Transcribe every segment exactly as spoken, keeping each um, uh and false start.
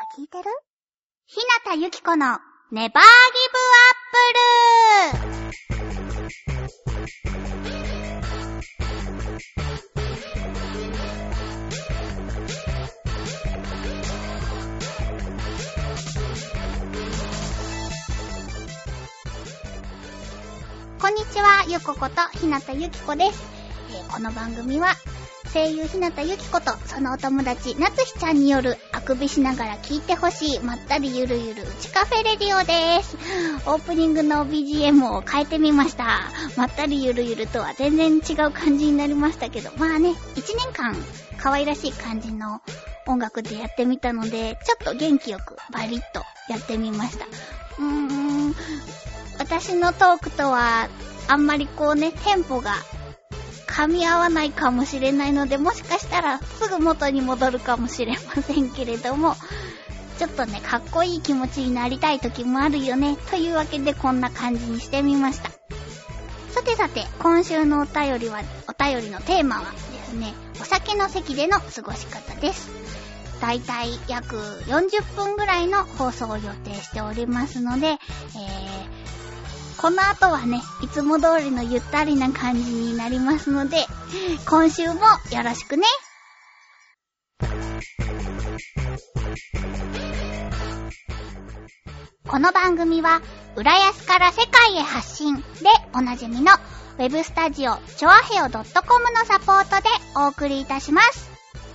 聞いてる？日向ゆき子のネバーギブアップル。こんにちは、ゆここと日向ゆき子です。えー、この番組は声優日向ゆき子とそのお友達なつひちゃんによるあくびしながら聞いてほしいまったりゆるゆるうちカフェレディオです。オープニングの ビージーエム を変えてみました。まったりゆるゆるとは全然違う感じになりましたけど、まあね、いちねんかん可愛らしい感じの音楽でやってみたので、ちょっと元気よくバリッとやってみました。うーん、私のトークとはあんまりこうね、テンポが噛み合わないかもしれないので、もしかしたらすぐ元に戻るかもしれませんけれども、ちょっとね、かっこいい気持ちになりたい時もあるよね、というわけでこんな感じにしてみました。さてさて、今週のお便りは、お便りのテーマはですね、お酒の席での過ごし方です。だいたい約よんじゅっぷんぐらいの放送を予定しておりますので、えーこの後はね、いつも通りのゆったりな感じになりますので、今週もよろしくね。この番組は、浦安から世界へ発信でおなじみのウェブスタジオチョアヘオ .com のサポートでお送りいたします。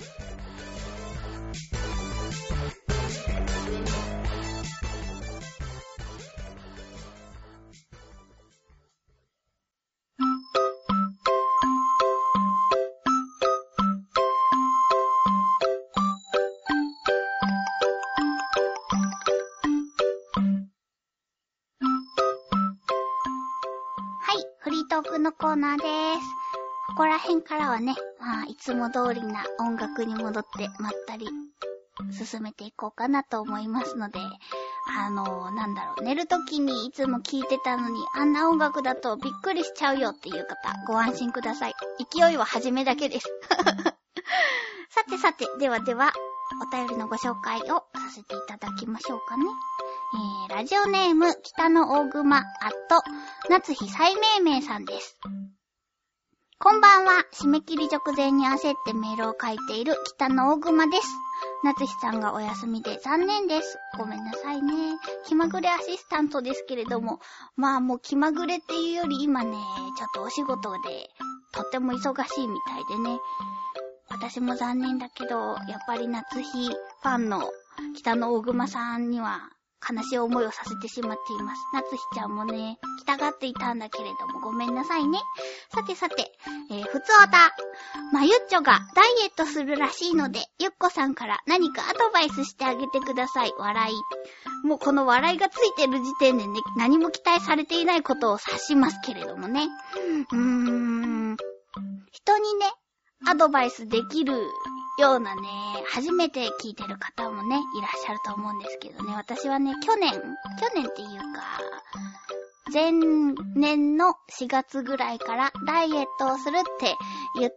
トークのコーナーです。ここら辺からはね、まあ、いつも通りな音楽に戻ってまったり進めていこうかなと思いますので、あのー、なんだろう、寝るときにいつも聴いてたのにあんな音楽だとびっくりしちゃうよっていう方、ご安心ください。勢いは初めだけです。さてさて、ではでは、お便りのご紹介をさせていただきましょうかね。えー、ラジオネーム北の大熊アット夏日最命名さんです。こんばんは。締め切り直前に焦ってメールを書いている北の大熊です。夏日さんがお休みで残念です。ごめんなさいね。気まぐれアシスタントですけれども、まあもう気まぐれっていうより今ね、ちょっとお仕事でとっても忙しいみたいでね。私も残念だけど、やっぱり夏日ファンの北の大熊さんには悲しい思いをさせてしまっています。夏日ちゃんもね、来たがっていたんだけれどもごめんなさいね。さてさて、えー、ふつおた。まゆっちょがダイエットするらしいので、ゆっこさんから何かアドバイスしてあげてください。笑い。もうこの笑いがついてる時点でね、何も期待されていないことを指しますけれどもね。うーん。人にね、アドバイスできるようなね、初めて聞いてる方もね、いらっしゃると思うんですけどね、私はね、去年、去年っていうか、前年のしがつぐらいからダイエットをするって言って、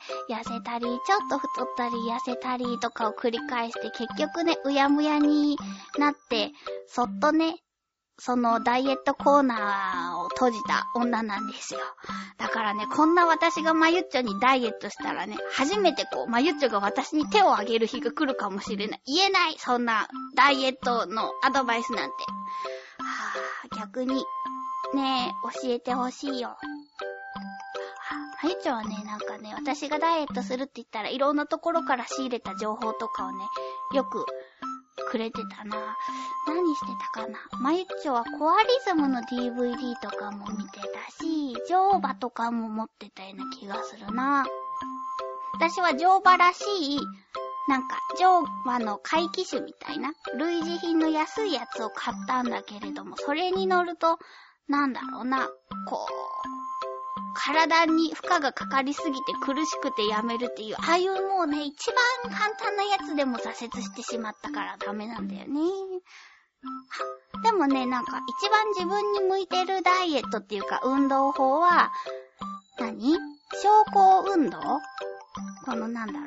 痩せたり、ちょっと太ったり、痩せたりとかを繰り返して、結局ね、うやむやになって、そっとね、そのダイエットコーナーを閉じた女なんですよ。だからね、こんな私がまゆっちょにダイエットしたらね、初めてこう、まゆっちょが私に手を挙げる日が来るかもしれない。言えない、そんなダイエットのアドバイスなんて。はぁ、逆に、ねえ、教えてほしいよ。まゆっちょはね、なんかね、私がダイエットするって言ったら、いろんなところから仕入れた情報とかをね、よく、くれてたな。何してたかな。まゆっちょはコアリズムの ディーブイディー とかも見てたし、乗馬とかも持ってたような気がするな。私は乗馬らしい、なんか乗馬の怪奇種みたいな類似品の安いやつを買ったんだけれども、それに乗ると、なんだろうな、こう、体に負荷がかかりすぎて苦しくてやめるっていう、ああいうもうね、一番簡単なやつでも挫折してしまったからダメなんだよね。でもね、なんか一番自分に向いてるダイエットっていうか運動法は、何？昇降運動？このなんだろう。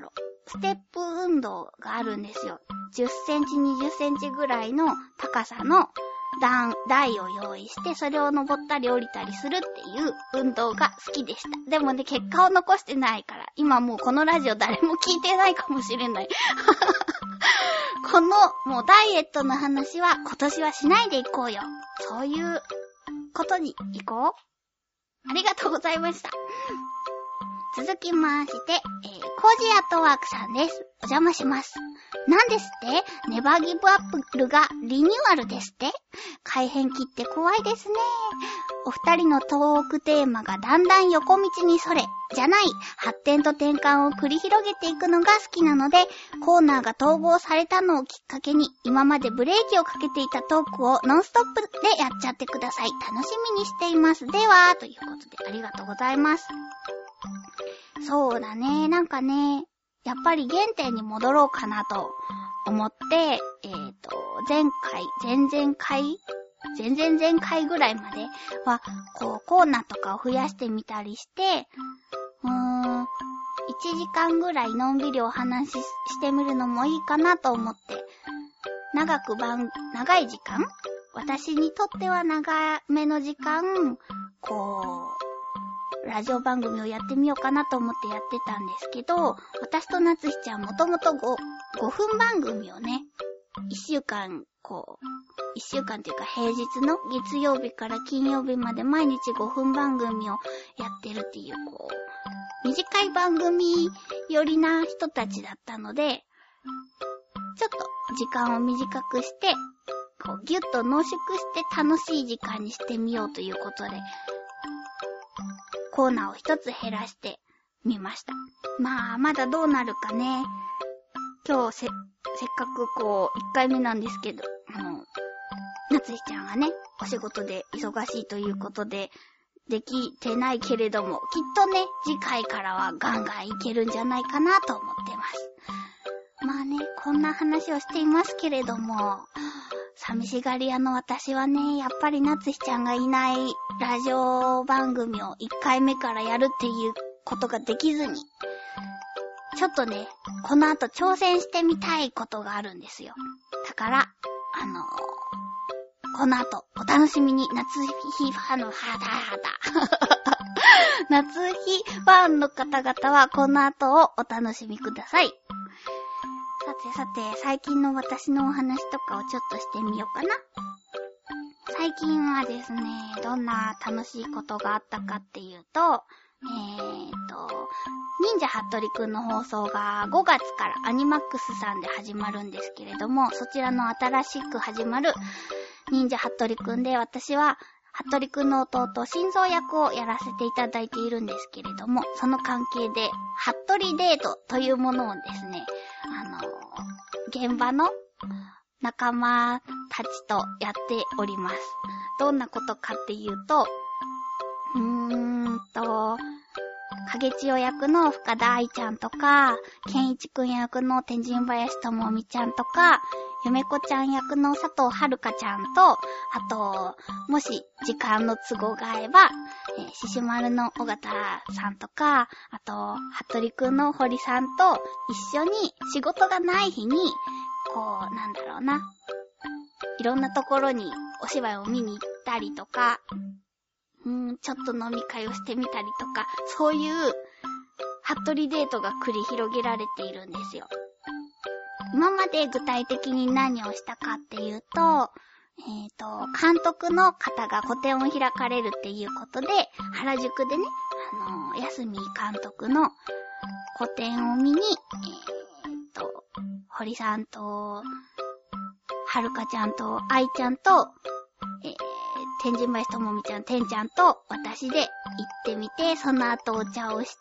ステップ運動があるんですよ。じゅっセンチ、にじゅっセンチぐらいの高さの段、台を用意して、それを登ったり降りたりするっていう運動が好きでした。でもね、結果を残してないから、今もうこのラジオ誰も聞いてないかもしれない。この、もうダイエットの話は今年はしないでいこうよ。そういうことに行こう。ありがとうございました。続きまして、えー、コージーアットワークさんです。お邪魔します。なんですってネバーギブアップルがリニューアルですって改変期って怖いですね。お二人のトークテーマがだんだん横道にそれ、じゃない、発展と転換を繰り広げていくのが好きなので、コーナーが統合されたのをきっかけに、今までブレーキをかけていたトークをノンストップでやっちゃってください。楽しみにしています。では、ということでありがとうございます。そうだね、なんかね、やっぱり原点に戻ろうかなと思って、えーと、前回、前々回前々前回ぐらいまでは、こう、コーナーとかを増やしてみたりして、うーん、いちじかんぐらいのんびりお話ししてみるのもいいかなと思って、長く番、長い時間私にとっては長めの時間、こう、ラジオ番組をやってみようかなと思ってやってたんですけど、私となつひちゃんもともと 5, 5分番組をね、いっしゅうかん、こう、いっしゅうかんっていうか平日の月曜日から金曜日まで毎日ごふん番組をやってるっていう、こう、短い番組寄りな人たちだったので、ちょっと時間を短くして、こう、ぎゅっと濃縮して楽しい時間にしてみようということで、コーナーを一つ減らしてみました。まあ、まだどうなるかね。今日せ、せっかくこう、いっかいめなんですけど、あの、なつひちゃんがね、お仕事で忙しいということで、できてないけれども、きっとね、次回からはガンガンいけるんじゃないかなと思ってます。まあね、こんな話をしていますけれども、寂しがり屋の私はね、やっぱりなつひちゃんがいないラジオ番組をいっかいめからやるっていうことができずに、ちょっとね、この後挑戦してみたいことがあるんですよ。だから、あのー、この後お楽しみに。夏日ファンのはだはだ夏日ファンの方々はこの後をお楽しみください。さてさて、最近の私のお話とかをちょっとしてみようかな。最近はですね、どんな楽しいことがあったかっていうと、えーと、忍者ハットリくんの放送がごがつからアニマックスさんで始まるんですけれども、そちらの新しく始まる忍者ハットリくんで、私はハットリくんの弟、心臓役をやらせていただいているんですけれども、その関係で、ハットリデートというものをですね、あの、現場の仲間たちとやっております。どんなことかっていうと、うーんと、影千代役の深田愛ちゃんとか、健一くん役の天神林智美ちゃんとか、ゆめこちゃん役の佐藤遥ちゃんと、あと、もし時間の都合が合えば、えー、ししまるの尾形さんとか、あと、服部くんの堀さんと一緒に仕事がない日に、こう、なんだろうな、いろんなところにお芝居を見に行ったりとか、うーん、ちょっと飲み会をしてみたりとか、そういう、服部デートが繰り広げられているんですよ。今まで具体的に何をしたかっていうと、えっと、監督の方が個展を開かれるっていうことで、原宿でね、あの、安見監督の個展を見に、えっと、堀さんと、はるかちゃんと、愛ちゃんと、えー、天神林ともみちゃん、てんちゃんと私で行ってみて、その後お茶をして、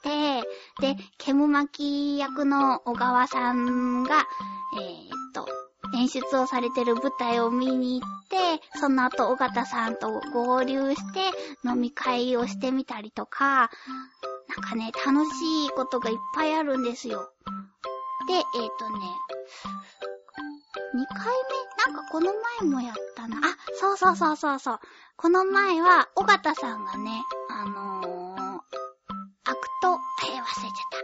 で、煙巻き役の小川さんが、えー、っと、演出をされてる舞台を見に行って、その後尾形さんと合流して飲み会をしてみたりとか、なんかね、楽しいことがいっぱいあるんですよ。で、えー、っとね、にかいめなんかこの前もやったな。あ、そうそうそうそうそう。この前は、尾形さんがね、あのー、アクと、えー、忘れちゃった。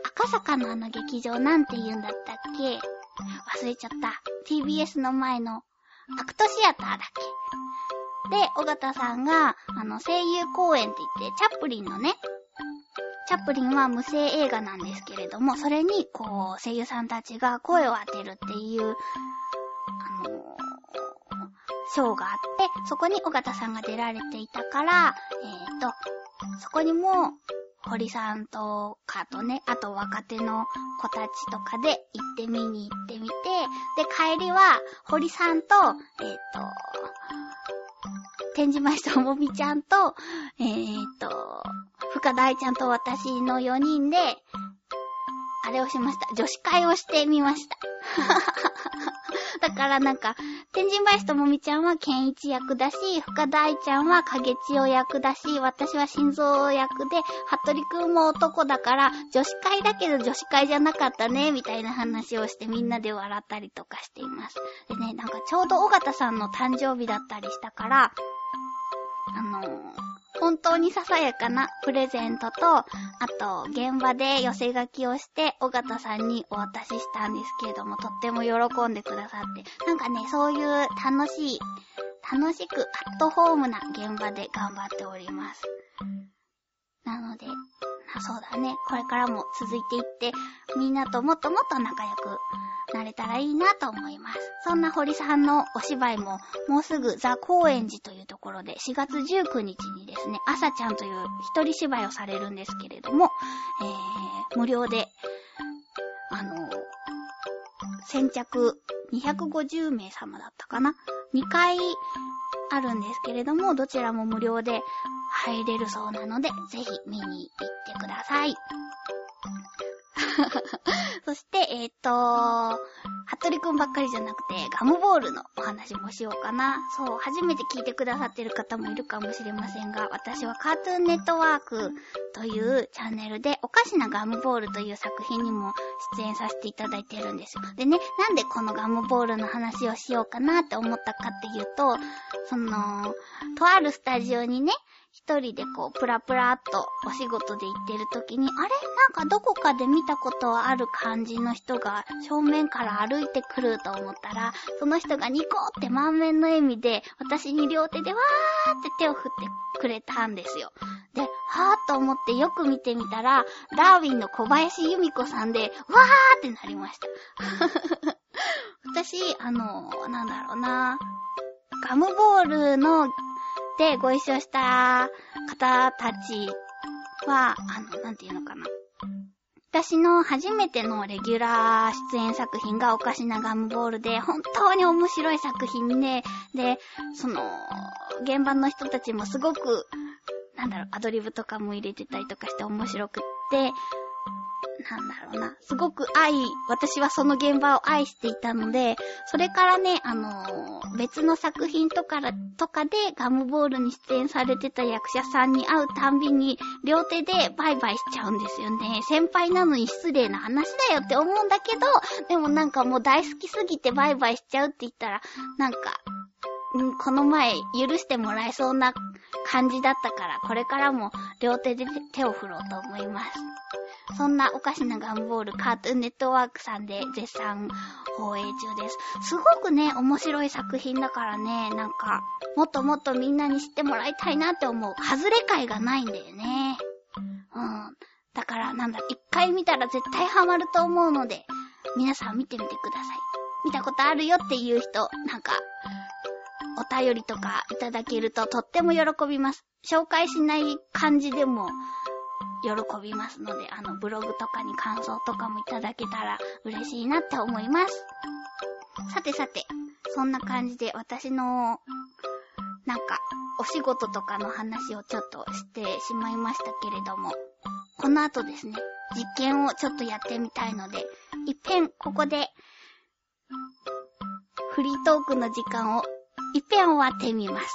赤坂のあの劇場なんて言うんだったっけ？忘れちゃった。ティービーエス の前のアクトシアターだっけ？で、尾形さんが、あの、声優公演って言って、チャップリンのね、チャップリンは無声映画なんですけれども、それに、こう、声優さんたちが声を当てるっていう、あのー、ショーがあって、そこに尾形さんが出られていたから、えーと、そこにも、堀さんとかとね、あと若手の子たちとかで行って見に行ってみて、で、帰りは、堀さんと、えーと、天神前ともみちゃんと、えーと、深大ちゃんと私のよにんで、あれをしました。女子会をしてみました。だからなんか、天神林ともみちゃんは健一役だし、深大ちゃんは影千代役だし、私は心臓役で、服部くんも男だから、女子会だけど女子会じゃなかったね、みたいな話をしてみんなで笑ったりとかしています。でね、なんかちょうど尾形さんの誕生日だったりしたから、あのー、本当にささやかなプレゼントと、あと、現場で寄せ書きをして、尾形さんにお渡ししたんですけれども、とっても喜んでくださって、なんかね、そういう楽しい、楽しくアットホームな現場で頑張っております。なので、そうだね、これからも続いていって、みんなともっともっと仲良くなれたらいいなと思います。そんな堀さんのお芝居も、もうすぐザ・高円寺というところでしがつじゅうくにちにですね、朝ちゃんという一人芝居をされるんですけれども、えー、無料で、あの、先着にひゃくごじゅうめい様だったかな？にかいあるんですけれども、どちらも無料で入れるそうなので、ぜひ見に行ってください。そして、えっと、服部くんばっかりじゃなくて、ガムボールのお話もしようかな。そう、初めて聞いてくださってる方もいるかもしれませんが、私はカートゥーンネットワークというチャンネルで、おかしなガムボールという作品にも出演させていただいてるんですよ。でね、なんでこのガムボールの話をしようかなって思ったかっていうと、その、とあるスタジオにね、一人でこう、プラプラっとお仕事で行ってる時に、あれ？なんかどこかで見たことある感じの人が正面から歩いてくると思ったら、その人がニコって満面の笑みで、私に両手でわーって手を振ってくれたんですよ。で、はーと思ってよく見てみたら、ダーウィンの小林由美子さんで、わーってなりました。私、あの、なんだろうな、ガムボールのでご一緒した方たちは、あの、なんていうのかな。私の初めてのレギュラー出演作品がおかしなガムボールで、本当に面白い作品で、で、その、現場の人たちもすごく、なんだろう、アドリブとかも入れてたりとかして面白くって、なんだろうな、すごく愛、私はその現場を愛していたので、それからね、あのー、別の作品とか、とかでガムボールに出演されてた役者さんに会うたんびに、両手でバイバイしちゃうんですよね。先輩なのに失礼な話だよって思うんだけど、でもなんかもう大好きすぎてバイバイしちゃうって言ったら、なんか、うん、この前許してもらえそうな感じだったから、これからも両手で手を振ろうと思います。そんなおかしなガムボールカートゥーンネットワークさんで絶賛放映中です。すごくね、面白い作品だからね、なんか、もっともっとみんなに知ってもらいたいなって思う。外れ会がないんだよね。うん。だからなんだ、一回見たら絶対ハマると思うので、皆さん見てみてください。見たことあるよっていう人、なんか、お便りとかいただけるととっても喜びます。紹介しない感じでも、喜びますので、あの、ブログとかに感想とかもいただけたら嬉しいなって思います。さてさて、そんな感じで私の、なんか、お仕事とかの話をちょっとしてしまいましたけれども、この後ですね、実験をちょっとやってみたいので、一遍ここで、フリートークの時間を一遍終わってみます。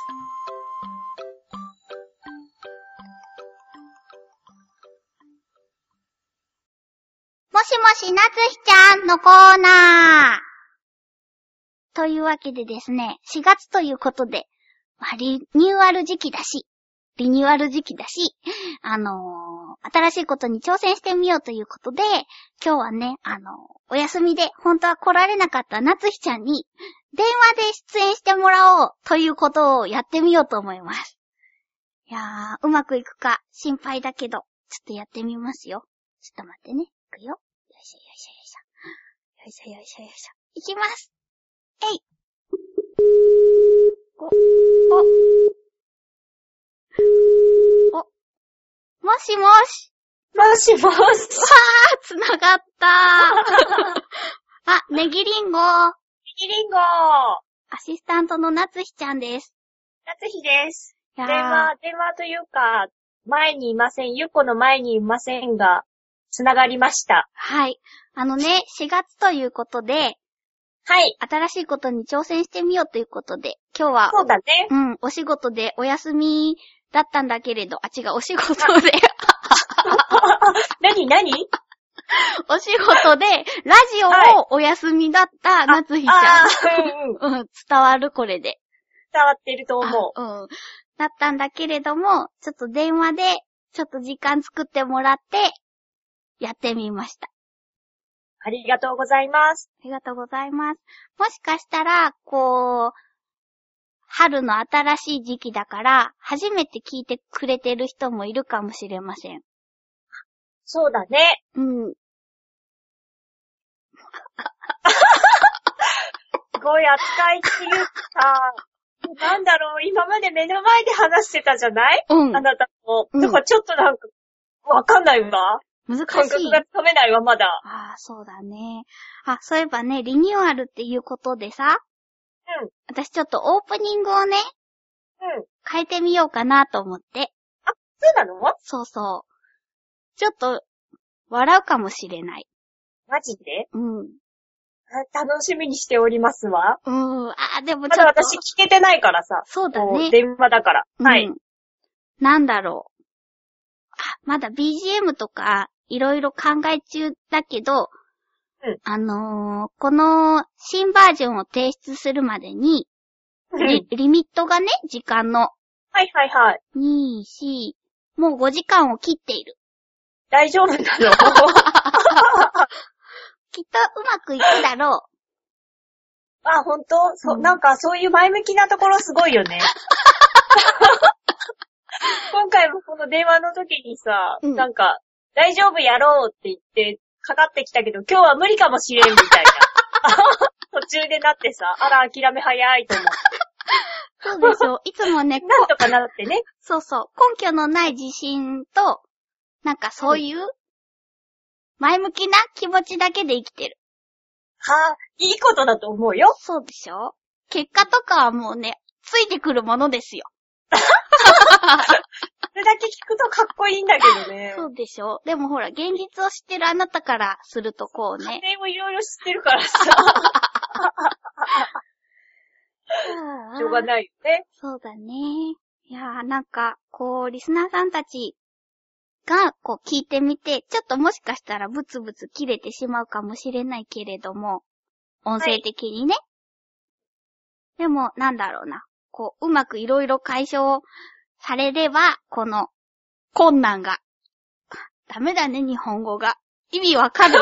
もしもし、なつひちゃんのコーナーというわけでですね、しがつということで、まあ、リニューアル時期だし、 リニューアル時期だし、あのー、新しいことに挑戦してみようということで、今日はね、あのー、お休みで本当は来られなかった夏日ちゃんに電話で出演してもらおうということをやってみようと思います。いやー、うまくいくか心配だけど、ちょっとやってみますよ。ちょっと待ってね。いくよ。よいしょよいしょよいしょ。よいしょよいしょよいしょ。いきます。えい。お、お、お、もしもし。 もしもし。わー、 つながったー。あ、ネギリンゴ。ネギリンゴ。アシスタントの夏日ちゃんです。 夏日です。電話、電話というか、前にいません。ゆっこの前にいませんが、つながりました。 はい。あのね、しがつということで、 はい。 新しいことに挑戦してみようということで、今日は、 そうだね。 うん、お仕事でお休みだったんだけれど、あ、違う、お仕事で。 なになにお仕事で、ラジオをお休みだった夏日ちゃん。 ああうんうん、伝わるこれで。 伝わってると思う。うん。だったんだけれども、ちょっと電話で、ちょっと時間作ってもらって、やってみました。 ありがとうございます。 ありがとうございます。もしかしたら、こう、春の新しい時期だから、初めて聞いてくれてる人もいるかもしれません。 そうだね。 うん。 すごい扱いっていうか、なんだろう、今まで目の前で話してたじゃない？うん。あなたも。だからちょっとなんか、わかんないわ。 難しい。 感覚がつかめないわ、まだ。 ああ、そうだね。あ、そういえばね、リニューアルっていうことでさ。 うん。 私ちょっとオープニングをね。 うん。 変えてみようかなと思って。 あ、そうなの？ そうそう。ちょっと、笑うかもしれない。 マジで？ うん。 楽しみにしておりますわ。 うん。あ、でもちょっと。 まだ私聞けてないからさ。 そうだね。 電話だから。 うん、 はい。 なんだろう。あ、まだ ビージーエム とか、いろいろ考え中だけど、 うん、 あのー、この新バージョンを提出するまでに、リ, リミットがね、時間の。 はいはいはい。 に、し、もうごじかんを切っている。 大丈夫なの？ きっとうまくいくだろう。あ、ほんと？そ、うん、なんかそういう前向きなところすごいよね。今回もこの電話の時にさ、うん、なんか、大丈夫やろうって言ってかかってきたけど、今日は無理かもしれんみたいな。途中でなってさ、あら諦め早いと思って。 そうでしょ。いつもね、 なんとかなってね。 そうそう。根拠のない自信と、なんかそういう、前向きな気持ちだけで生きてる。 はぁ、いいことだと思うよ。 そうでしょ。結果とかはもうね、ついてくるものですよ。 それだけ聞くとかっこいいんだけどね。 そうでしょ。でもほら、現実を知ってるあなたからするとこうね。 家庭もいろいろ知ってるからさ。しょうがないよね。 そうだね。いやーなんか、こう、リスナーさんたちが、こう聞いてみて、ちょっともしかしたらブツブツ切れてしまうかもしれないけれども、音声的にね。はい、でも、なんだろうな。こう、うまくいろいろ解消されれば、この困難が。ダメだね、日本語が。意味わかる？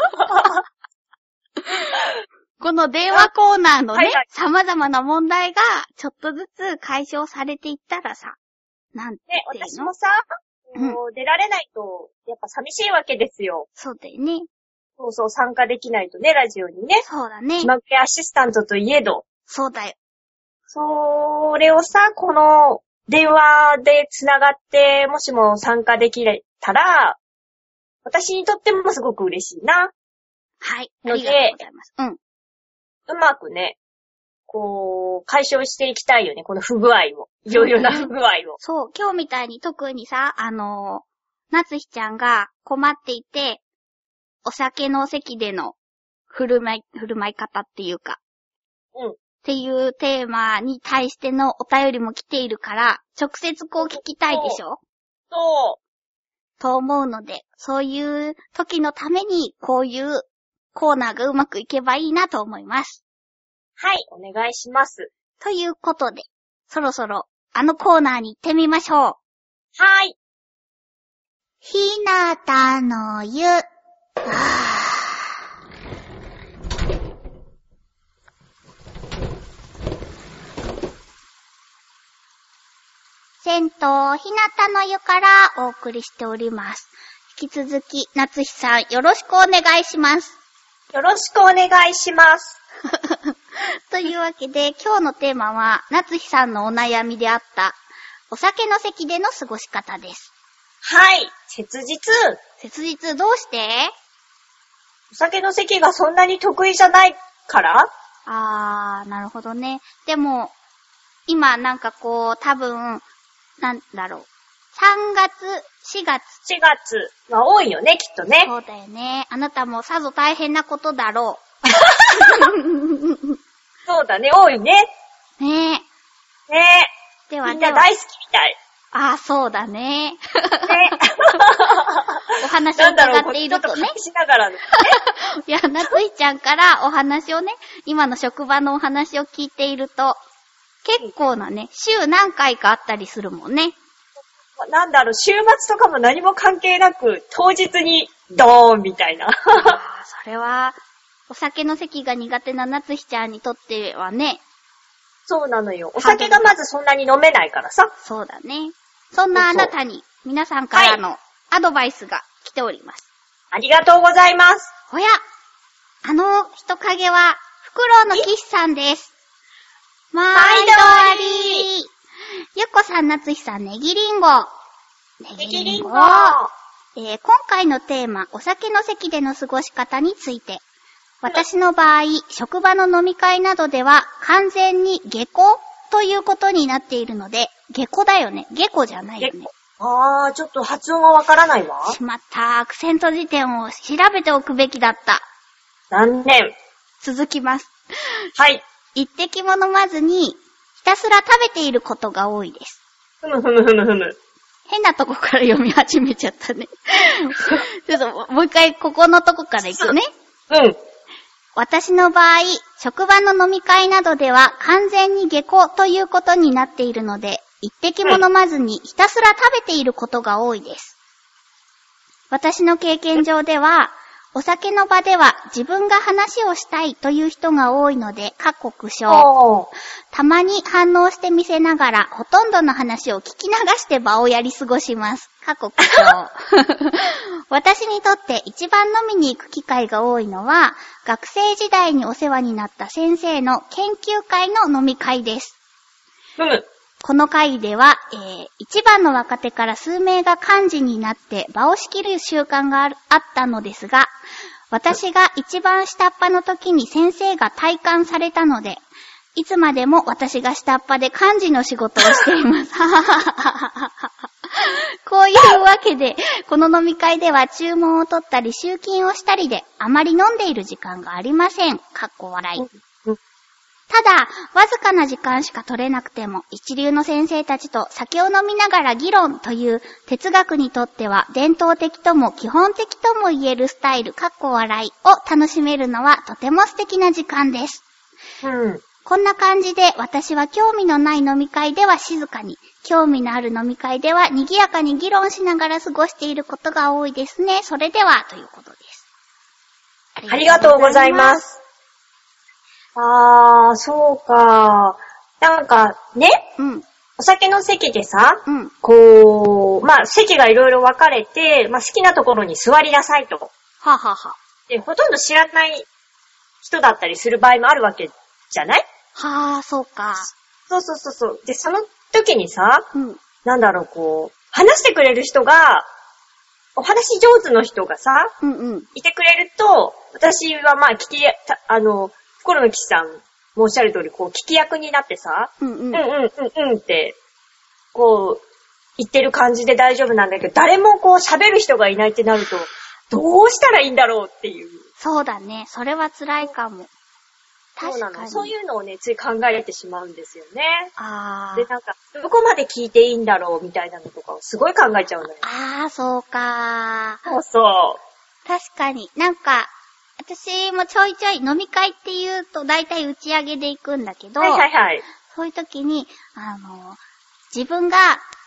この電話コーナーのね、はいはい、様々な問題が、ちょっとずつ解消されていったらさ、なんていうの？ ね、私もさ、うん、出られないと、やっぱ寂しいわけですよ。 そうだよね。 そうそう、参加できないとね、ラジオにね。 そうだね。 気まぐれアシスタントといえど。 そうだよ。 それをさ、この電話で繋がって、もしも参加できたら、私にとってもすごく嬉しいな。 はい。ありがとうございます。うん。 うまくね、こう、解消していきたいよね、この不具合を。いろいろな不具合を。 そう、今日みたいに特にさ、あのー、夏日ちゃんが困っていて、お酒の席での振る舞い、振る舞い方っていうか。 うん。 っていうテーマに対してのお便りも来ているから、直接こう聞きたいでしょ？ そう。 と思うので、そういう時のために、こういうコーナーがうまくいけばいいなと思います。 はい、お願いします。 ということで、そろそろあのコーナーに行ってみましょう。 はい。 ひなたの湯。はぁ。銭湯ひなたの湯からお送りしております。引き続き、夏日さんよろしくお願いします。 よろしくお願いします。 というわけで、今日のテーマは、夏日さんのお悩みであった、お酒の席での過ごし方です。 はい、切実。 切実、どうして？ お酒の席がそんなに得意じゃないから？ あー、なるほどね。でも、今なんかこう、多分、なんだろう。さんがつ、しがつ。 しがつは多いよね、きっとね。 そうだよね。あなたもさぞ大変なことだろう。 そうだね、多いね。 ねえ。 ねえ。 では、 みんな大好きみたい。 ああ、そうだね。ねお話を伺っているとね。 ちょっと隠しながらね。 いや、夏井ちゃんからお話をね、今の職場のお話を聞いていると、結構なね、週何回かあったりするもんね。 なんだろう、週末とかも何も関係なく、当日にドーンみたいな。ああ、それは、お酒の席が苦手な夏日ちゃんにとってはね。 そうなのよ。お酒がまずそんなに飲めないからさ。 そうだね。そんなあなたに皆さんからのアドバイスが来ております。 はい、ありがとうございます。 おや、あの人影はフクロウの騎士さんです。まーいどありー。ゆっこさん、なつひさん、ネギリンゴ。 ネギリンゴ。 えー、今回のテーマ、お酒の席での過ごし方について。私の場合、職場の飲み会などでは完全に下校ということになっているので、下校だよね。下校じゃないよね。 あー、ちょっと発音がわからないわ。 しまった。アクセント辞典を調べておくべきだった。 残念。 続きます。 はい。 一滴も飲まずに、ひたすら食べていることが多いです。 ふむふむふむふむ。 変なとこから読み始めちゃったね。ちょっともう一回ここのとこから行くね。 うん。 私の場合、職場の飲み会などでは完全に下校ということになっているので、一滴も飲まずにひたすら食べていることが多いです。私の経験上では、お酒の場では自分が話をしたいという人が多いので、かっこ苦笑。たまに反応してみせながら、ほとんどの話を聞き流して場をやり過ごします。かっこ苦笑。私にとって一番飲みに行く機会が多いのは、学生時代にお世話になった先生の研究会の飲み会です。 うん。 この会では、えー、一番の若手から数名が幹事になって場を仕切る習慣がある、あったのですが、私が一番下っ端の時に先生が退官されたので、いつまでも私が下っ端で幹事の仕事をしています。こういうわけで、この飲み会では注文を取ったり集金をしたりで、あまり飲んでいる時間がありません。かっこ笑い。ただ、わずかな時間しか取れなくても、一流の先生たちと酒を飲みながら議論という哲学にとっては伝統的とも基本的とも言えるスタイル、かっこ笑いを楽しめるのはとても素敵な時間です。 うん。 こんな感じで私は興味のない飲み会では静かに、興味のある飲み会では賑やかに議論しながら過ごしていることが多いですね。それでは、ということです。 ありがとうございます。あー、そうか。なんか、ね、 うん、 お酒の席でさ、 うん、 こう、まあ、席がいろいろ分かれて、まあ、好きなところに座りなさいと。 はあ、ははあ、 で、ほとんど知らない人だったりする場合もあるわけじゃない？ はあ、そうか。 そうそうそうそう。で、その時にさ、 うん、 なんだろう、こう、話してくれる人が、お話上手の人がさ、 うんうん、 いてくれると、私はまあ、聞き、あの、心の騎士さんもおっしゃる通り、こう、聞き役になってさ、 うんうん、 うんうんうんうんって、こう、言ってる感じで大丈夫なんだけど、誰もこう喋る人がいないってなると、どうしたらいいんだろうっていう。 そうだね。それは辛いかも。 そうなの。そういうのをね、つい考えてしまうんですよね。 あで、なんか、どこまで聞いていいんだろうみたいなのとかをすごい考えちゃうのよ。 ああ、そうか。 そうそう。 確かに。なんか、私もちょいちょい飲み会って言うと大体打ち上げで行くんだけど、 はいはいはい。 そういう時に、あの、自分が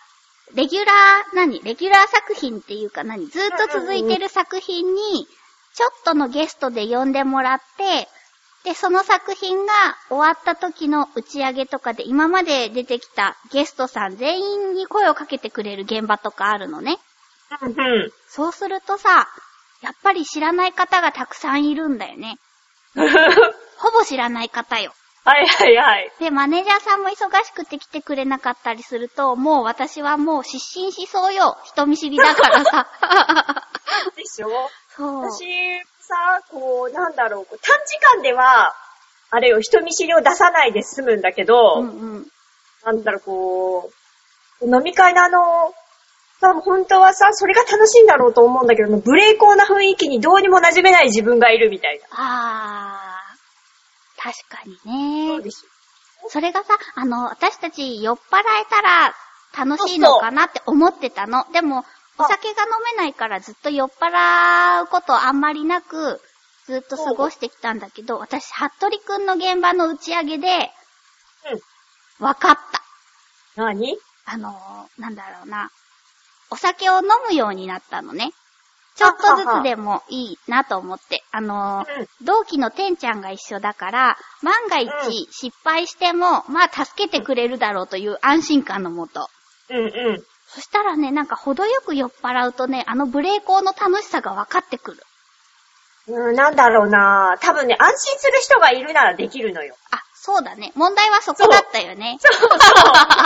レギュラー、何レギュラー作品っていうか何ずっと続いてる作品に、ちょっとのゲストで呼んでもらって、で、その作品が終わった時の打ち上げとかで今まで出てきたゲストさん全員に声をかけてくれる現場とかあるのね。 うんうん。 そうするとさ、やっぱり知らない方がたくさんいるんだよね。ほぼ知らない方よ。 はいはいはい。 で、マネージャーさんも忙しくて来てくれなかったりすると、もう私はもう失神しそうよ。人見知りだからさ。 でしょ？ そう。 私さ、こう、なんだろう、短時間では、あれよ、人見知りを出さないで済むんだけど、 うんうん、 なんだろう、こう、飲み会のあの、多分本当はさ、それが楽しいんだろうと思うんだけど、ブレイコーな雰囲気にどうにも馴染めない自分がいるみたいな。 あー、確かにね。 そうでしょ。 それがさ、あの、私たち酔っ払えたら楽しいのかなって思ってたの。そうそうでも、お酒が飲めないからずっと酔っ払うことあんまりなく、ずっと過ごしてきたんだけど、私、服部くんの現場の打ち上げで、うん。わかった。 何？ あの、なんだろうな。お酒を飲むようになったのね。ちょっとずつでもいいなと思って。あの、うん、同期のてんちゃんが一緒だから、万が一失敗しても、うん、まあ助けてくれるだろうという安心感のもと。 うんうん。 そしたらね、なんか程よく酔っ払うとね、あのブレイコーの楽しさが分かってくる。 うん、なんだろうな。多分ね、安心する人がいるならできるのよ。 あ、そうだね。問題はそこだったよね。 そう、そうそう。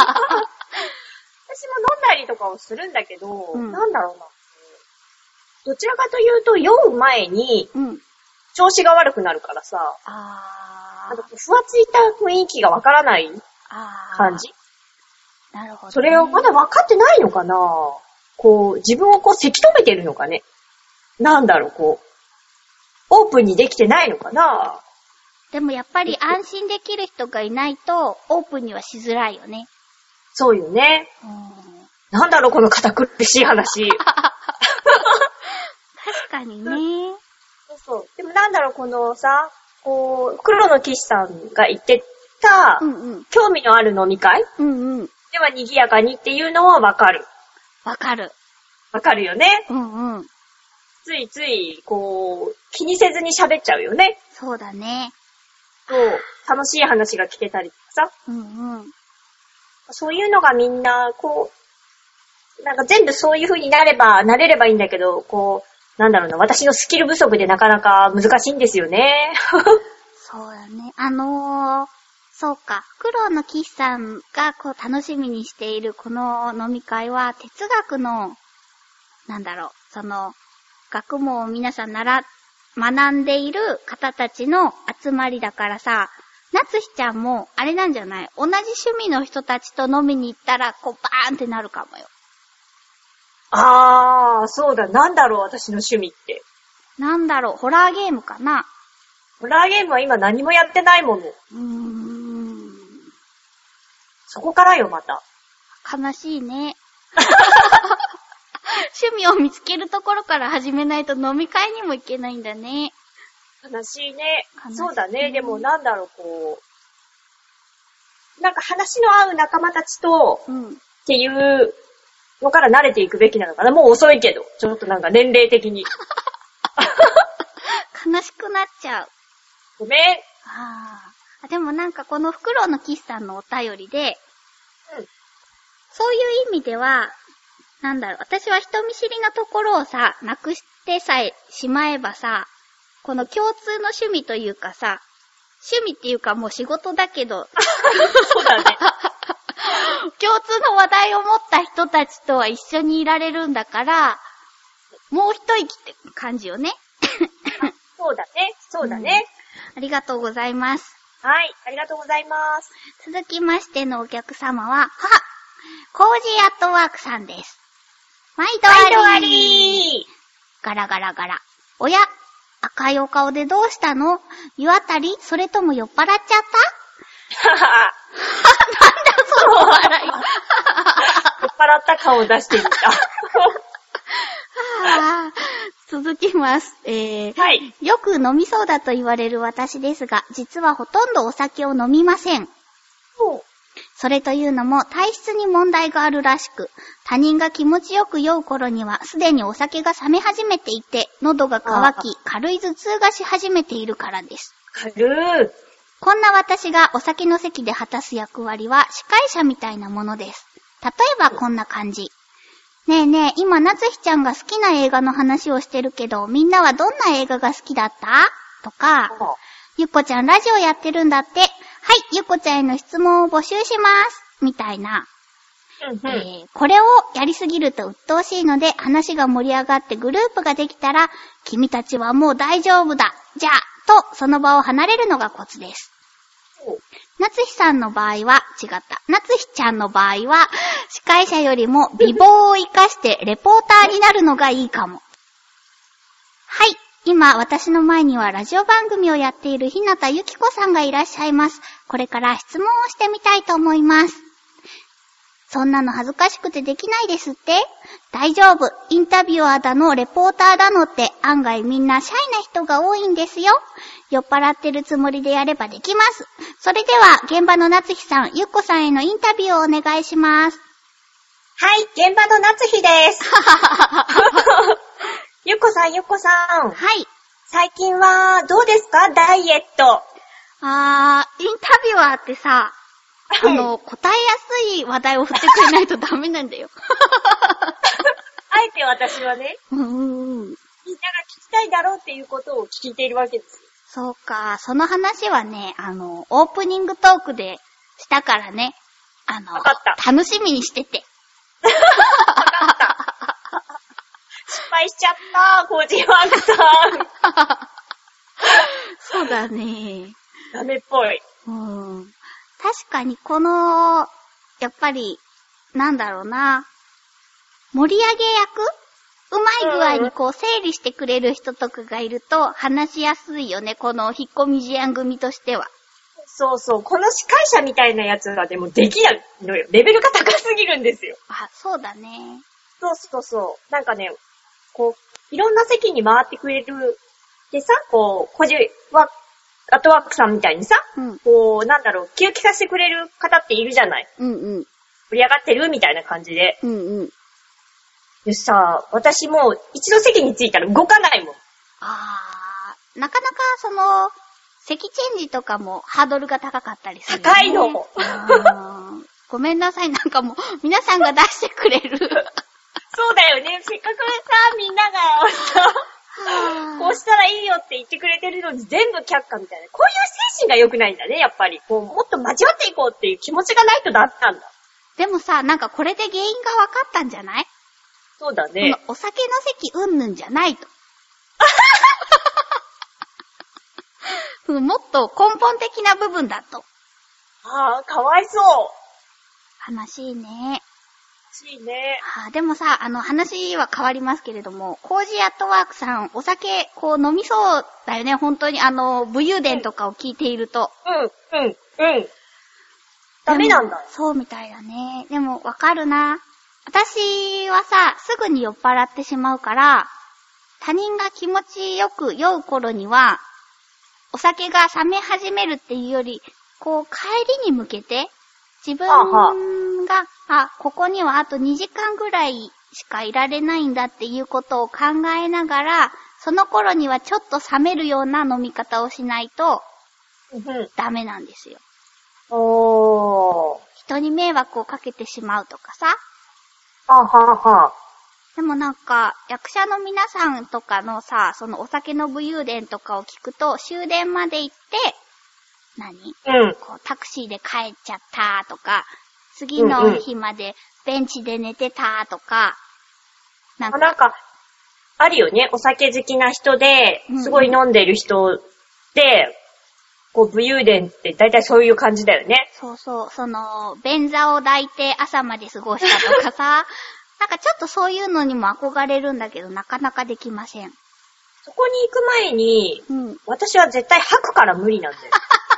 私も飲んだりとかをするんだけど、うん、なんだろうな。どちらかというと、酔う前に、調子が悪くなるからさ、うん、あなんかふわついた雰囲気がわからない感じ。 なるほど、ね。 それをまだわかってないのかな。こう、自分をこう、せき止めてるのかね。なんだろう、こう、オープンにできてないのかな。 でもやっぱり安心できる人がいないと、オープンにはしづらいよね。 そうよね。うん、なんだろう、この堅苦しい話。 確かにね。 そうそう。でもなんだろう、このさ、こう、黒の騎士さんが言ってた、うんうん、興味のある飲み会、うんうん、では賑やかにっていうのはわかる。 わかる。 わかるよね。 うんうん。 ついつい、こう、気にせずに喋っちゃうよね。 そうだね。 そう。楽しい話が聞けたりとかさ。 うんうん。 そういうのがみんな、こう、なんか全部そういう風になれば、なれればいいんだけど、こう、なんだろうな、私のスキル不足でなかなか難しいんですよね。 そうだね。あのー、そうか。黒の騎士さんがこう楽しみにしているこの飲み会は、哲学の、なんだろう、その、学問を皆さんなら、学んでいる方たちの集まりだからさ、夏日ちゃんも、あれなんじゃない？同じ趣味の人たちと飲みに行ったら、こう、バーンってなるかもよ。 あー、そうだ。なんだろう、私の趣味って。 なんだろう、ホラーゲームかな？ ホラーゲームは今何もやってないもの。うーん。 そこからよ、また。 悲しいね。趣味を見つけるところから始めないと飲み会にも行けないんだね。 悲しいね。そうだね。でもなんだろう、こう。なんか話の合う仲間たちと、うん、っていうのから慣れていくべきなのかな。もう遅いけど。ちょっとなんか年齢的に。 悲しくなっちゃう。 ごめん。 ああ。でもなんかこのフクロウのキスさんのお便りで、うん、そういう意味では、なんだろう、私は人見知りなところをさ、なくしてさえしまえばさ、この共通の趣味というかさ、趣味っていうかもう仕事だけど、 そうだね。 共通の話題を持った人たちとは一緒にいられるんだから、もう一息って感じよね。 そうだね、そうだね、 うん。ありがとうございます。 はい、ありがとうございます。 続きましてのお客様は、母、コージーアットワークさんです。毎度あり。 毎度あり。 ガラガラガラ。おや、赤いお顔でどうしたの？湯あたり？それとも酔っ払っちゃったなんだその笑い。酔っ払った顔を出してみた。 はあ、続きます、えーはい。よく飲みそうだと言われる私ですが、実はほとんどお酒を飲みません。 それというのも体質に問題があるらしく、他人が気持ちよく酔う頃にはすでにお酒が冷め始めていて、喉が渇き、軽い頭痛がし始めているからです。 軽い。 こんな私がお酒の席で果たす役割は司会者みたいなものです。例えばこんな感じ。ねえねえ、今夏日ちゃんが好きな映画の話をしてるけど、みんなはどんな映画が好きだった？とか、ゆっこちゃんラジオやってるんだって。はい、ゆっこちゃんへの質問を募集します。みたいな。 うんうんえー、これをやりすぎると鬱陶しいので、話が盛り上がってグループができたら、君たちはもう大丈夫だ。じゃあ、とその場を離れるのがコツです。夏日さんの場合は、違った。夏日ちゃんの場合は、司会者よりも美貌を生かしてレポーターになるのがいいかも。はい。今、私の前にはラジオ番組をやっている日向ゆき子さんがいらっしゃいます。これから質問をしてみたいと思います。そんなの恥ずかしくてできないですって？大丈夫。インタビュアーだの、レポーターだのって案外みんなシャイな人が多いんですよ。酔っ払ってるつもりでやればできます。それでは、現場の夏日さん、ゆっこさんへのインタビューをお願いします。 はい、現場の夏日です。ゆっこさん、ゆっこさん。 はい。 最近はどうですか？ダイエット。 あー、インタビュアーってさ、あの、答えやすい話題を振ってくれないとダメなんだよ。 あえて私はね、 うーん、 みんなが聞きたいだろうっていうことを聞いているわけです。 そうか、その話はね、あの、オープニングトークでしたからね。あの、 わかった。 楽しみにしてて。 わかった。失敗しちゃった、コージーワークさん。 そうだね。 ダメっぽい。 うん。確かにこの、やっぱり、なんだろうな、盛り上げ役？うまい具合にこう整理してくれる人とかがいると話しやすいよね、この引っ込み思案組としては。 そうそう、この司会者みたいなやつがでもできないのよ。レベルが高すぎるんですよ。 あ、そうだね。 そうそうそう。なんかね、こう、いろんな席に回ってくれる。でさ、こう、コジワアットワークさんみたいにさ、うん、こう、なんだろう、気を利かせてくれる方っているじゃない。 うんうん。 盛り上がってるみたいな感じで。 うんうん。 でさ、私もう一度席に着いたら動かないもん。 あー、なかなかその、席チェンジとかもハードルが高かったりする、ね。 高いの。 ごめんなさい、なんかもう、皆さんが出してくれる。 そうだよね。せっかくさ、みんながさ、こうしたらいいよって言ってくれてるのに全部却下みたいな。こういう精神が良くないんだね、やっぱり。こう、もっと間違っていこうっていう気持ちがないとだったんだ。 でもさ、なんかこれで原因が分かったんじゃない？ そうだね。 お酒の席うんぬんじゃないと。もっと根本的な部分だと。 ああ、かわいそう。 悲しいね。 悲しいね。 あ、でもさ、あの話は変わりますけれども、コージーアットワークさん、お酒こう飲みそうだよね、本当にあの武勇伝とかを聞いていると。 うん、うん、うん。ダメなんだ。 そうみたいだね。でもわかるな。私はさ、すぐに酔っ払ってしまうから、他人が気持ちよく酔う頃には、お酒が冷め始めるっていうより、こう帰りに向けて、自分が、あ、ここにはあとにじかんぐらいしかいられないんだっていうことを考えながら、その頃にはちょっと冷めるような飲み方をしないと、 うん、 ダメなんですよ。 おー。 人に迷惑をかけてしまうとかさ。 あはは。 でもなんか、役者の皆さんとかのさ、そのお酒の武勇伝とかを聞くと、終電まで行って、何？ うん。 こうタクシーで帰っちゃったとか、次の日までベンチで寝てたとか、 なんか、なんかあるよね。お酒好きな人で、すごい飲んでる人で、うん、こう武勇伝って大体そういう感じだよね。 そうそう、その、便座を抱いて朝まで過ごしたとかさ、なんかちょっとそういうのにも憧れるんだけど、なかなかできません。 そこに行く前に、 うん、私は絶対吐くから無理なんだよ。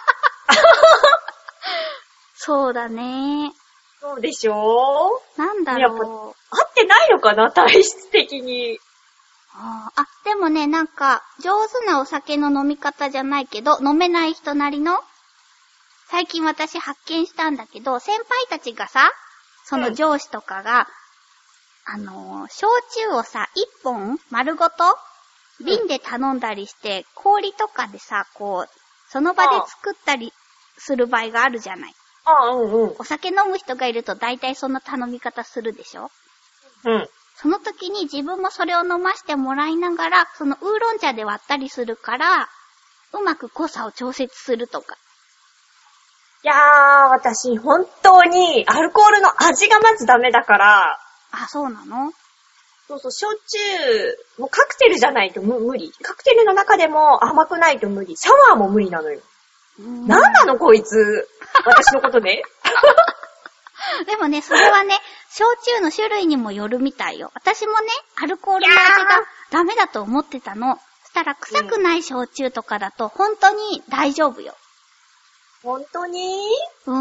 そうだね。 そうでしょ？ なんだろう。 やっぱ、合ってないのかな、体質的に。 あ, あ、でもね、なんか、上手なお酒の飲み方じゃないけど、飲めない人なりの、 最近私発見したんだけど、先輩たちがさ、その上司とかが、うん、あのー、焼酎をさ、一本丸ごと瓶で頼んだりして、うん、氷とかでさ、こう、その場で作ったりする場合があるじゃない。 ああ、うんうん。 お酒飲む人がいると大体そんな頼み方するでしょ？ うん。 その時に自分もそれを飲ましてもらいながら、そのウーロン茶で割ったりするから、うまく濃さを調節するとか。 いやー、私、本当に、アルコールの味がまずダメだから。 あ、そうなの？ そうそう、焼酎、もうカクテルじゃないと無無理。カクテルの中でも甘くないと無理。シャワーも無理なのよ。んなんなのこいつ。私のことね。 でもね、それはね、焼酎の種類にもよるみたいよ。私もね、アルコールの味がダメだと思ってたの。そしたら臭くない焼酎とかだと本当に大丈夫よ。 本当に？ うん。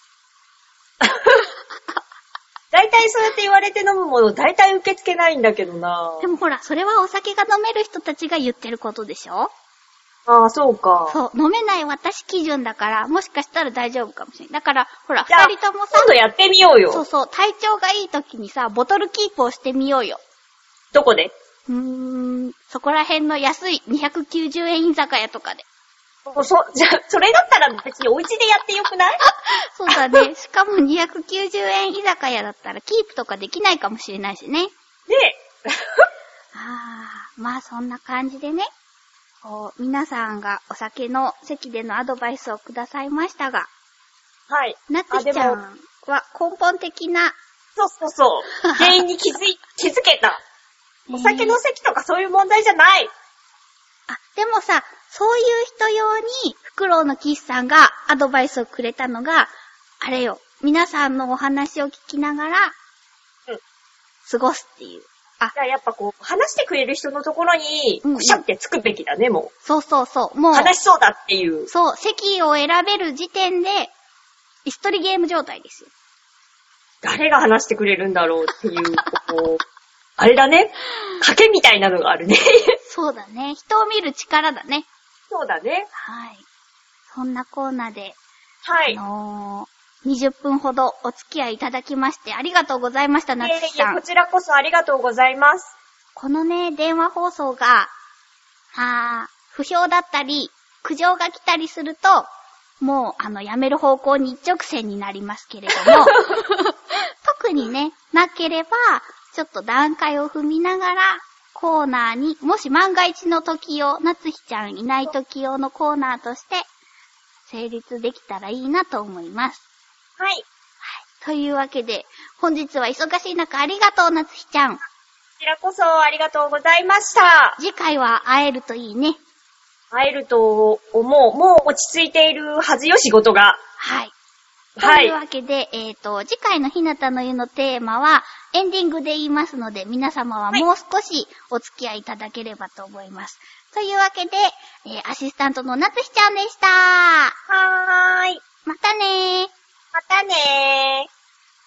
大体そうやって言われて飲むもの大体受け付けないんだけどな。 でもほら、それはお酒が飲める人たちが言ってることでしょ？ ああ、そうか。 そう、飲めない私基準だから、もしかしたら大丈夫かもしれない。だから、ほら、二人ともさ、 今度やってみようよ。 そうそう、体調がいい時にさ、ボトルキープをしてみようよ。 どこで？ うーん、そこら辺の安いにひゃくきゅうじゅうえん居酒屋とかで。 そ、じゃ、それだったら別にお家でやってよくない？ そうだね。しかもにひゃくきゅうじゅうえん居酒屋だったらキープとかできないかもしれないしね。 ねえ。 あー、まあそんな感じでね。こう、皆さんがお酒の席でのアドバイスをくださいましたが。 はい。 なつひちゃんは根本的な。 そうそうそう。原因に気づい、気づけた。お酒の席とかそういう問題じゃない。 あ、でもさ、そういう人用に、フクロウのキスさんがアドバイスをくれたのが、あれよ、皆さんのお話を聞きながら、うん。過ごすっていう。 あ、じゃあやっぱこう、話してくれる人のところに、くしゃってつくべきだね、うんうん、もう。 そうそうそう。もう。 話しそうだっていう。 そう、席を選べる時点で、椅子取りゲーム状態ですよ。 誰が話してくれるんだろうっていう、こう、あれだね。賭けみたいなのがあるね。 そうだね。人を見る力だね。 そうだね。 はい。そんなコーナーで、 はい。 あのー、にじゅっぷんほどお付き合いいただきましてありがとうございました、なつきさん。いえいえ、 こちらこそありがとうございます。 このね、電話放送が、あー、不評だったり、苦情が来たりすると、もう、あの、やめる方向に一直線になりますけれども、特にね、なければ、ちょっと段階を踏みながら、コーナーに、もし万が一の時用、なつひちゃんいない時用のコーナーとして、成立できたらいいなと思います。 はい。はい。 というわけで、本日は忙しい中ありがとう、なつひちゃん。こちらこそありがとうございました。 次回は会えるといいね。 会えると思う。もう落ち着いているはずよ、仕事が。 はい。 はい。 というわけで、えっと、次回のひなたの湯のテーマは、エンディングで言いますので、皆様はもう少しお付き合いいただければと思います。はい、というわけで、えー、アシスタントのなつひちゃんでした。 はーい。 またねー。 またねー。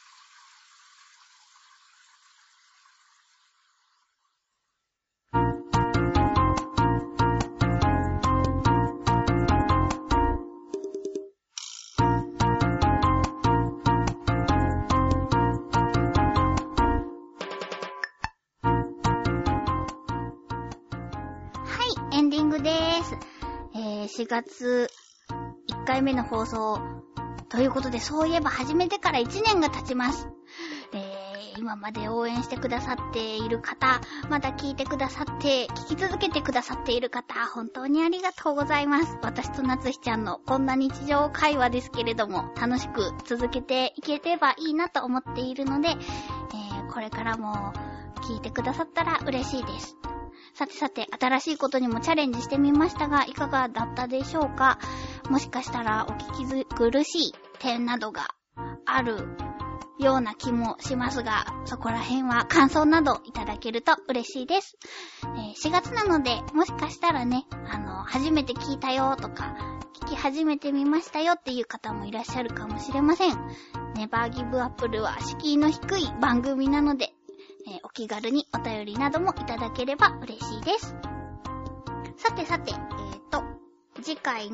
エンディングでーす。えー、しがついっかいめの放送ということで、そういえば始めてからいちねんが経ちます。えー、今まで応援してくださっている方、まだ聞いてくださって、聞き続けてくださっている方、本当にありがとうございます。私となつひちゃんのこんな日常会話ですけれども、楽しく続けていければいいなと思っているので、えー、これからも聞いてくださったら嬉しいです。さてさて、新しいことにもチャレンジしてみましたが、いかがだったでしょうか？もしかしたらお聞き苦しい点などがあるような気もしますが、そこら辺は感想などいただけると嬉しいです。えー、しがつなので、もしかしたらね、あの、初めて聞いたよとか、聞き始めてみましたよっていう方もいらっしゃるかもしれません。ネバーギブアップルは敷居の低い番組なので、えー、お気軽にお便りなどもいただければ嬉しいです。さてさて、えーと、次回の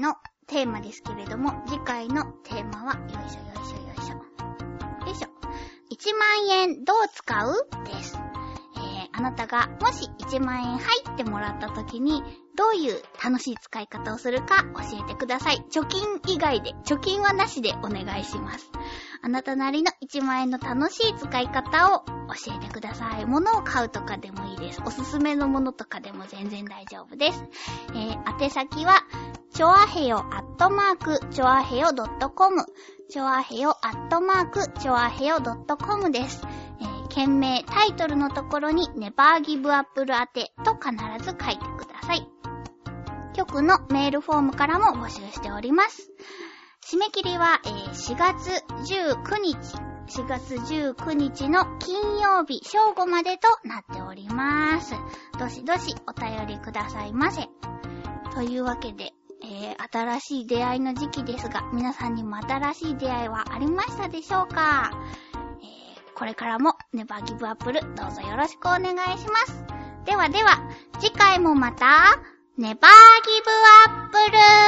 テーマですけれども、次回のテーマは、よいしょよいしょよいしょ。よいしょ。いちまんえんどう使う？です。えー、あなたがもしいちまんえん入ってもらった時に、どういう楽しい使い方をするか教えてください。貯金以外で、貯金はなしでお願いします。あなたなりのいちまんえんの楽しい使い方を教えてください。物を買うとかでもいいです。おすすめのものとかでも全然大丈夫です。えー、宛先は、ちょあへよアットマーク、ちょあへよ .com、ちょあへよアットマーク、ちょあへよ .com です。えー、件名、タイトルのところに、ネバーギブアップル宛てと必ず書いてください。局のメールフォームからも募集しております。締め切りは、えー、しがつじゅうくにち、しがつじゅうくにちの金曜日正午までとなっております。どしどしお便りくださいませ。というわけで、えー、新しい出会いの時期ですが、皆さんにも新しい出会いはありましたでしょうか？えー、これからもネバーギブアップルどうぞよろしくお願いします。ではでは、次回もまた、ネバーギブアップル